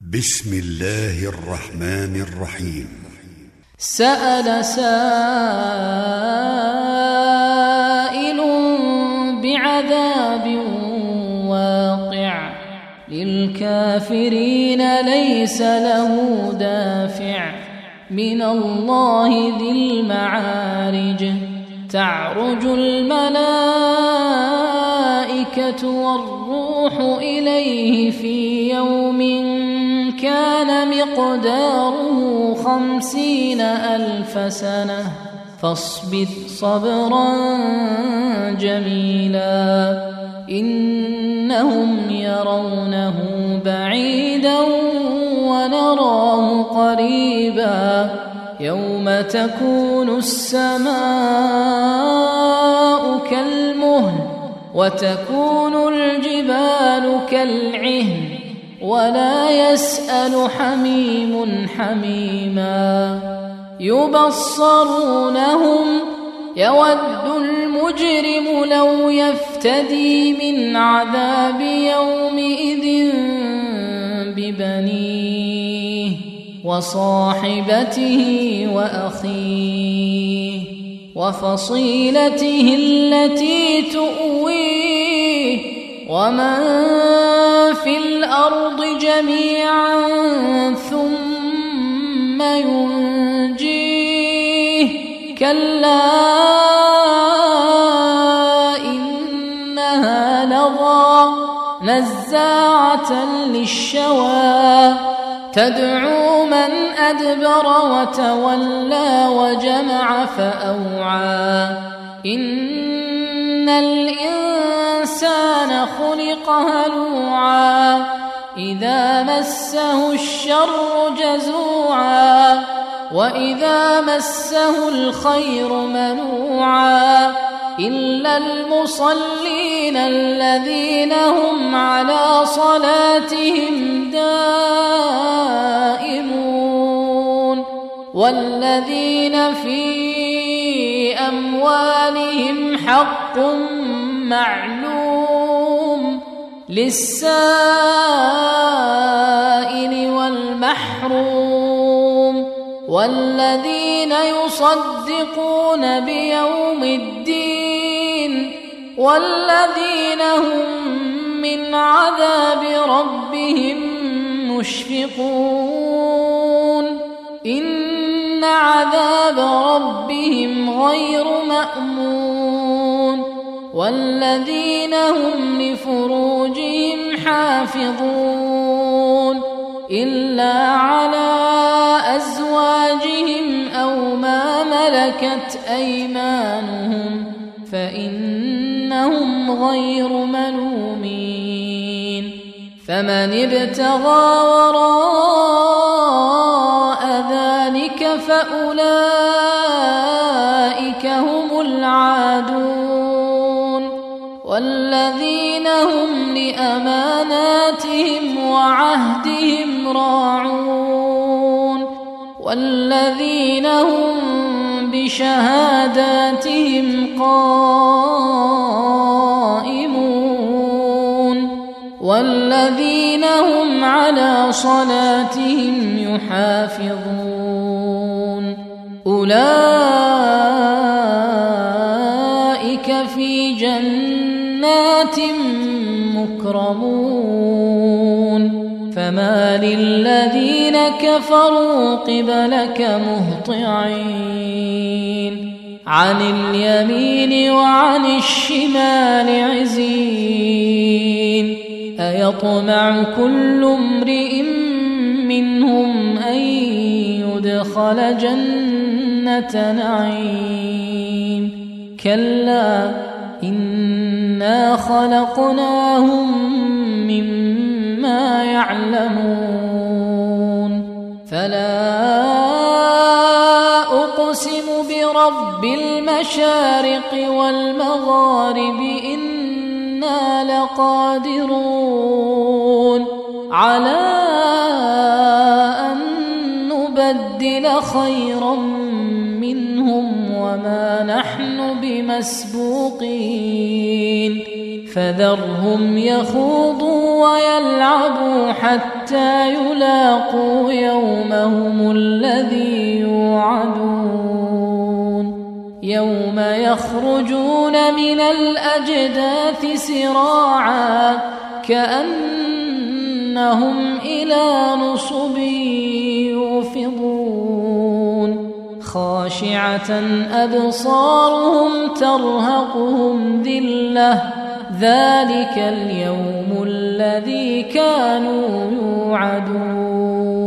بسم الله الرحمن الرحيم. سأل سائل بعذاب واقع للكافرين ليس له دافع من الله ذي المعارج. تعرج الملائكة والروح إليه في يوم كان مقداره 50,000 سنة فاصبر صبرا جميلا إنهم يرونه بعيدا ونراه قريبا يوم تكون السماء كالمهل وتكون الجبال كالعهن ولا يسأل حميم حميما يبصرونهم يود المجرم لو يفتدي من عذاب يومئذ ببنيه وصاحبته وأخيه وفصيلته التي تؤويه ومن في الأرض جميعا ثم ينجيه كلا إنها لظى نزاعة للشوى تدعو من أدبر وتولى وجمع فأوعى إن الإنسان خلق هلوعا إذا مسه الشر جزوعا وإذا مسه الخير منوعا إلا المصلين الذين هم على صلاتهم دائمون والذين في أموالهم حق معلوم للسائل والمحروم والذين يصدقون بيوم الدين والذين هم من عذاب ربهم مشفقون إن عذاب ربهم غير مأمون والذين هم لفروجهم حافظون إلا على أزواجهم أو ما ملكت أيمانهم فإنهم غير ملومين فمن ابتغى وراء ذلك فأولئك هم العادون والذين هم لأماناتهم وعهدهم راعون والذين هم بشهاداتهم قائمون والذين هم على صلاتهم يحافظون أولئك في جنات مكرمون فما للذين كفروا قبلك مهطعين عن اليمين وعن الشمال عزين أيطمع كل امرئ منهم أن يدخل جنة نعيم كلا إنا خلقناهم مما يعلمون فلا أقسم برب المشارق والمغارب إنا لقادرون على أن نبدل خيرا منهم وما نحن بمسبوقين فذرهم يخوضوا ويلعبوا حتى حتى يلاقوا يومهم الذي يوعدون يوم يخرجون من الأجداث سراعا كأنهم إلى نصب يوفضون خاشعة أبصارهم ترهقهم ذلة ذلك اليوم الذي كانوا يوعدون